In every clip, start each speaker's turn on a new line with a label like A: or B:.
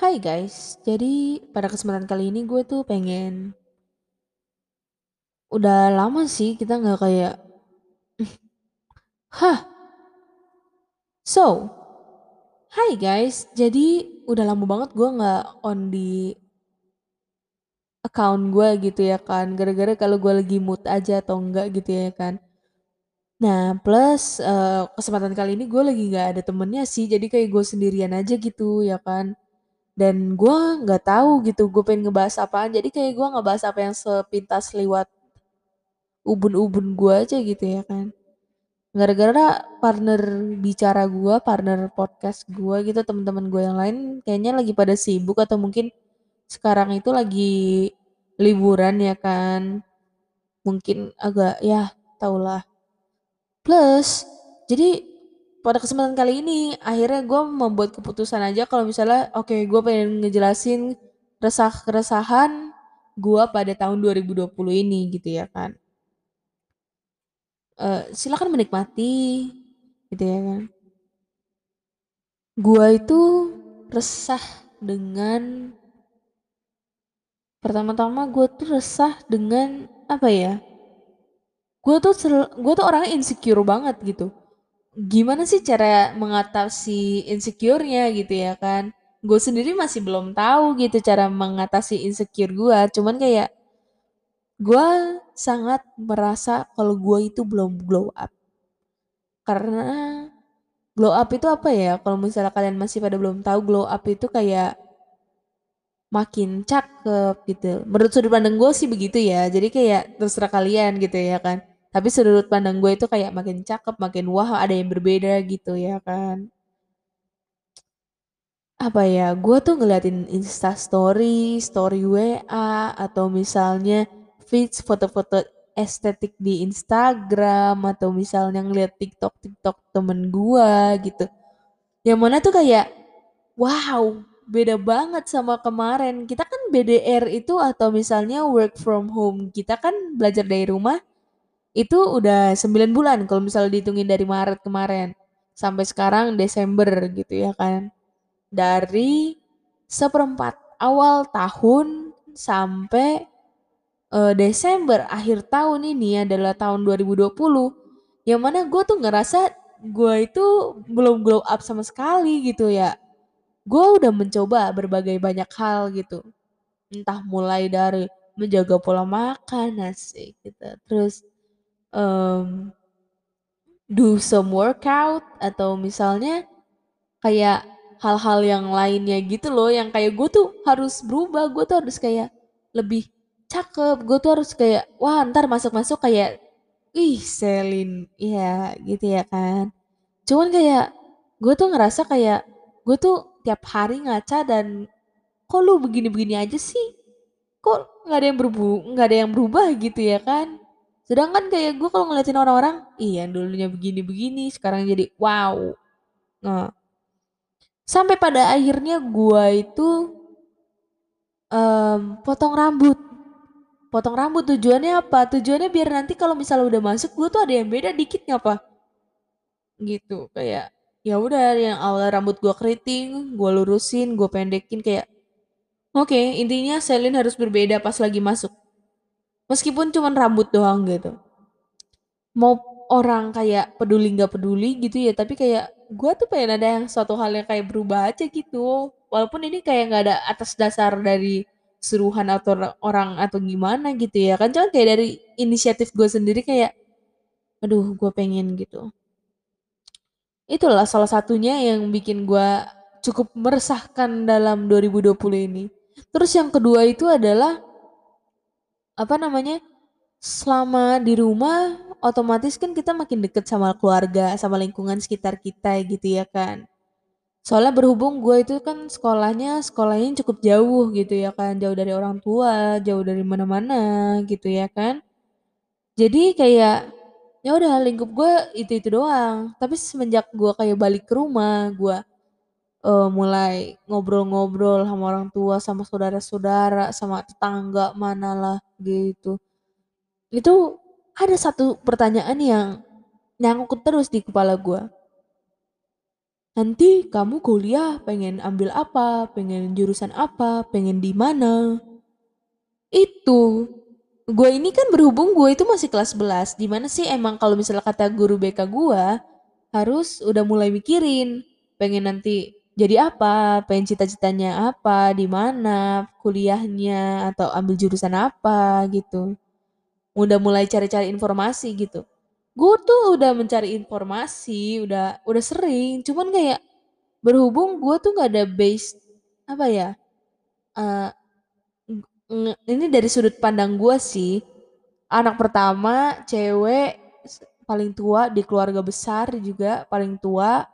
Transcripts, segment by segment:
A: Hai guys, jadi pada kesempatan kali ini gue tuh pengen, udah lama sih kita nggak kayak, hah, so, hai guys, jadi udah lama banget gue nggak on di account gue gitu ya kan, gara-gara kalau gue lagi mood aja atau enggak gitu ya kan. Nah plus kesempatan kali ini gue lagi nggak ada temennya sih, jadi kayak gue sendirian aja gitu ya kan. Dan gue nggak tahu gitu, gue pengen ngebahas apaan, jadi kayak gue ngebahas apa yang sepintas lewat ubun-ubun gue aja gitu ya kan. Gara-gara partner bicara gue, partner podcast gue gitu, teman-teman gue yang lain kayaknya lagi pada sibuk atau mungkin sekarang itu lagi liburan ya kan. Mungkin agak ya tau lah. Plus jadi pada kesempatan kali ini akhirnya gue membuat keputusan aja kalau misalnya oke, gue pengen ngejelasin keresahan gue pada tahun 2020 ini gitu ya kan. Silakan menikmati gitu ya kan. Gua itu resah dengan pertama-tama gue tuh resah dengan apa ya? Gue tuh orangnya insecure banget gitu. Gimana sih cara mengatasi insecure-nya gitu ya kan? Gue sendiri masih belum tahu gitu cara mengatasi insecure gue. Cuman kayak gue sangat merasa kalau gue itu belum glow up. Karena glow up itu apa ya? Kalau misalnya kalian masih pada belum tahu, glow up itu kayak makin cakep gitu. Menurut sudut pandang gue sih begitu ya. Jadi kayak terserah kalian gitu ya kan. Tapi sudut pandang gue itu kayak makin cakep, makin wah ada yang berbeda gitu ya kan. Apa ya, gue tuh ngeliatin Insta story, story WA, atau misalnya feeds foto-foto estetik di Instagram, atau misalnya ngeliat TikTok temen gue gitu. Yang mana tuh kayak wow, beda banget sama kemarin. Kita kan BDR itu atau misalnya work from home. Kita kan belajar dari rumah itu udah 9 bulan kalau misalnya dihitungin dari Maret kemarin sampai sekarang Desember gitu ya kan. Dari seperempat awal tahun sampai Desember akhir tahun ini adalah tahun 2020. Yang mana gue tuh ngerasa gue itu belum glow up sama sekali gitu ya. Gue udah mencoba berbagai banyak hal gitu, entah mulai dari menjaga pola makan asik gitu, terus em, do some workout atau misalnya kayak hal-hal yang lainnya gitu loh, yang kayak gue tuh harus berubah, gue tuh harus kayak lebih cakep, gue tuh harus kayak wah ntar masuk-masuk kayak ih Selin ya gitu ya kan. Cuman kayak gue tuh ngerasa kayak gue tuh tiap hari ngaca dan kok lu begini-begini aja sih? Kok nggak ada yang berubah gitu ya kan? Sedangkan kayak gue kalau ngeliatin orang-orang, iya dulunya begini-begini, sekarang jadi wow. Nah, sampai pada akhirnya gue itu potong rambut. Potong rambut tujuannya apa? Tujuannya biar nanti kalau misalnya udah masuk, gue tuh ada yang beda dikit ngapa? Gitu kayak ya udah yang awal rambut gue keriting, gue lurusin, gue pendekin kayak oke, intinya Selin harus berbeda pas lagi masuk. Meskipun cuman rambut doang gitu. Mau orang kayak peduli nggak peduli gitu ya, tapi kayak gue tuh pengen ada yang suatu hal yang kayak berubah aja gitu. Walaupun ini kayak nggak ada atas dasar dari suruhan atau orang atau gimana gitu ya kan. Cuman kayak dari inisiatif gue sendiri kayak, aduh gue pengen gitu. Itulah salah satunya yang bikin gue cukup meresahkan dalam 2020 ini. Terus yang kedua itu adalah apa namanya? Selama di rumah otomatis kan kita makin deket sama keluarga, sama lingkungan sekitar kita gitu ya kan. Soalnya berhubung gue itu kan sekolahnya cukup jauh gitu ya kan, jauh dari orang tua, jauh dari mana-mana gitu ya kan. Jadi kayak ya udah lingkup gue itu doang. Tapi semenjak gue kayak balik ke rumah, gue mulai ngobrol-ngobrol sama orang tua, sama saudara-saudara, sama tetangga manalah gitu. Itu ada satu pertanyaan yang nyangkut terus di kepala gue. nanti kamu kuliah pengen ambil apa, pengen jurusan apa, pengen di mana. Itu. Gue ini kan berhubung gue itu masih kelas 11. Di mana sih emang kalau misalnya kata guru BK gue harus udah mulai mikirin pengen nanti jadi apa, pengen cita-citanya apa, di mana kuliahnya atau ambil jurusan apa gitu. Udah mulai cari-cari informasi gitu. Gue tuh udah mencari informasi, udah sering, cuman kayak berhubung gue tuh nggak ada base apa ya? eh, ini dari sudut pandang gue sih, anak pertama, cewek, paling tua di keluarga besar juga paling tua.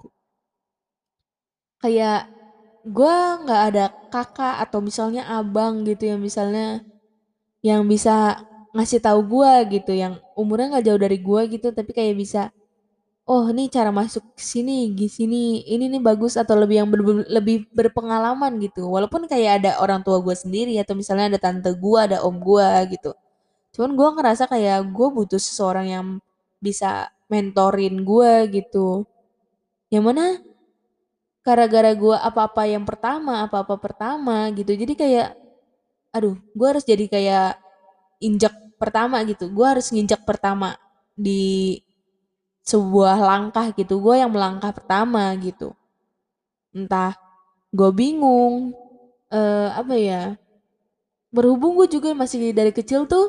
A: Kayak gue nggak ada kakak atau misalnya abang gitu yang misalnya yang bisa ngasih tahu gue gitu, yang umurnya nggak jauh dari gue gitu, tapi kayak bisa, oh ini cara masuk ke sini, di sini, ini nih bagus atau lebih yang lebih berpengalaman gitu. Walaupun kayak ada orang tua gue sendiri atau misalnya ada tante gue, ada om gue gitu. Cuman gue ngerasa kayak gue butuh seseorang yang bisa mentorin gue gitu. Yang mana gara-gara gue apa-apa pertama gitu. Jadi kayak, aduh, gue harus jadi kayak injak pertama gitu. Gue harus nginjak pertama di sebuah langkah gitu. Gue yang melangkah pertama gitu. Entah gue bingung, apa ya. Berhubung gue juga masih dari kecil tuh,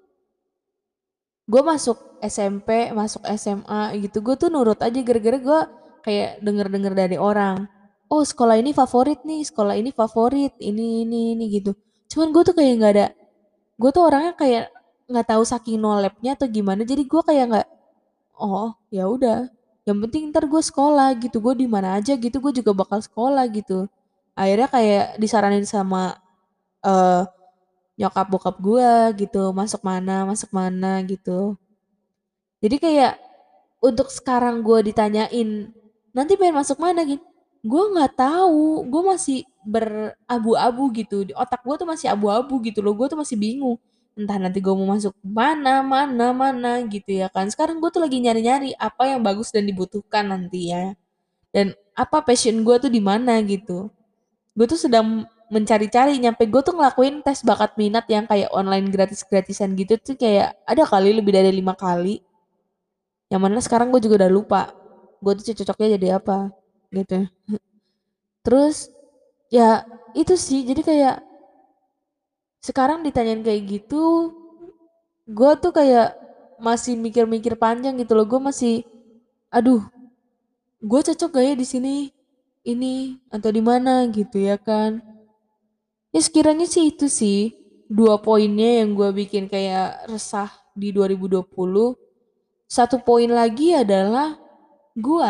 A: gue masuk SMP, masuk SMA gitu, gue tuh nurut aja gara-gara gue kayak denger-denger dari orang. Oh sekolah ini favorit nih, sekolah ini favorit, ini gitu. Cuman gue tuh kayak nggak ada, gue tuh orangnya kayak nggak tahu saking nolepnya atau gimana. Jadi gue kayak nggak, oh ya udah, yang penting ntar gue sekolah gitu, gue di mana aja gitu, gue juga bakal sekolah gitu. Akhirnya kayak disaranin sama eh nyokap bokap gue gitu, masuk mana gitu. Jadi kayak untuk sekarang gue ditanyain nanti pengen masuk mana gitu, gue nggak tahu, gue masih berabu-abu gitu, di otak gue tuh masih abu-abu gitu loh, gue tuh masih bingung entah nanti gue mau masuk mana mana mana gitu ya kan. Sekarang gue tuh lagi nyari-nyari apa yang bagus dan dibutuhkan nanti ya, dan apa passion gue tuh di mana gitu. Gue tuh sedang mencari-cari, nyampe gue tuh ngelakuin tes bakat minat yang kayak online gratis-gratisan gitu tuh kayak ada kali lebih dari 5 kali, yang mana sekarang gue juga udah lupa gue tuh cocoknya jadi apa gitu. Terus ya itu sih, jadi kayak sekarang ditanyain kayak gitu, gue tuh kayak masih mikir-mikir panjang gitu loh. Gue masih, aduh, gue cocok gak ya di sini, ini atau di mana gitu ya kan. Ya sekiranya sih itu sih dua poinnya yang gue bikin kayak resah di 2020. Satu poin lagi adalah gue,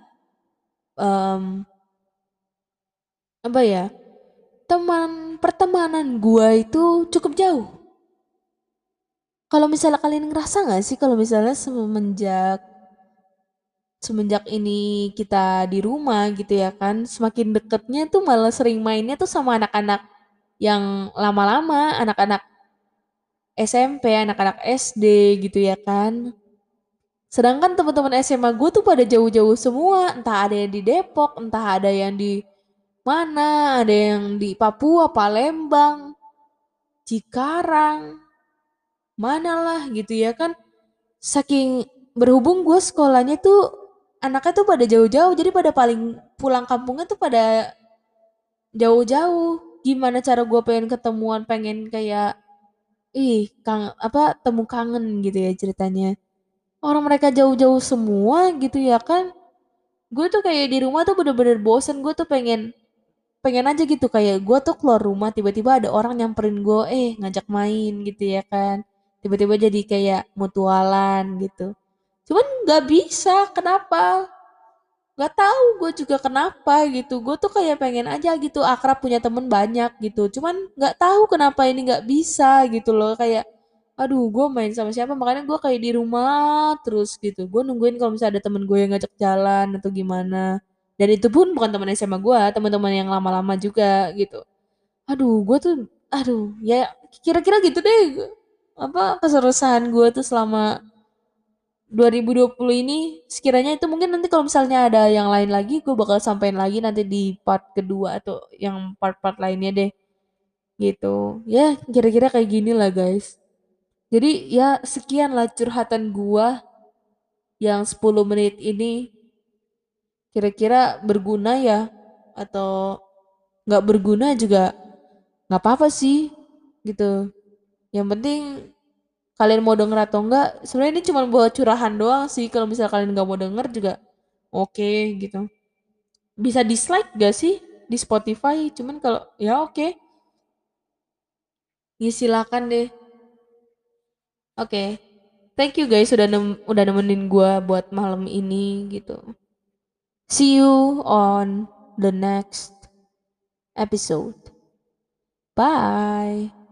A: em, apa ya, teman pertemanan gua itu cukup jauh. Kalau misalnya kalian ngerasa nggak sih kalau misalnya semenjak semenjak ini kita di rumah gitu ya kan, semakin deketnya tuh malah sering mainnya tuh sama anak-anak yang lama-lama, anak-anak SMP, anak-anak SD gitu ya kan. Sedangkan teman-teman SMA gue tuh pada jauh-jauh semua, entah ada yang di Depok, entah ada yang di mana, ada yang di Papua, Palembang, Cikarang, mana lah gitu ya kan. Saking berhubung gue sekolahnya tuh anaknya tuh pada jauh-jauh, jadi pada paling pulang kampungnya tuh pada jauh-jauh. Gimana cara gue pengen ketemuan, pengen kayak ih apa temu kangen gitu ya ceritanya. Orang mereka jauh-jauh semua gitu ya kan. Gue tuh kayak di rumah tuh bener-bener bosen. Gue tuh pengen pengen aja gitu kayak gue tuh keluar rumah tiba-tiba ada orang nyamperin gue, ngajak main gitu ya kan. Tiba-tiba jadi kayak mutualan gitu. Cuman nggak bisa, kenapa? Nggak tahu gue juga kenapa gitu. Gue tuh kayak pengen aja gitu akrab, punya temen banyak gitu. Cuman nggak tahu kenapa ini nggak bisa gitu loh. Kayak aduh gue main sama siapa, makanya gue kayak di rumah terus gitu. Gue nungguin kalau misalnya ada temen gue yang ngajak jalan atau gimana. Dan itu pun bukan temen SMA gue, teman-teman yang lama-lama juga gitu. Aduh gue tuh, aduh ya kira-kira gitu deh. Apa keserusan gue tuh selama 2020 ini sekiranya itu mungkin nanti kalau misalnya ada yang lain lagi gue bakal sampein lagi nanti di part kedua atau yang part-part lainnya deh gitu. Ya kira-kira kayak gini lah guys. Jadi ya sekian lah curhatan gua yang 10 menit ini kira-kira berguna ya atau nggak berguna juga nggak apa-apa sih gitu. Yang penting kalian mau denger atau enggak, sebenarnya ini cuma buat curahan doang sih. Kalau misalnya kalian nggak mau denger juga oke gitu. Bisa dislike gak sih di Spotify? Cuman kalau ya oke, ya silakan deh. Oke. Thank you guys udah nemenin gua buat malam ini gitu. See you on the next episode. Bye.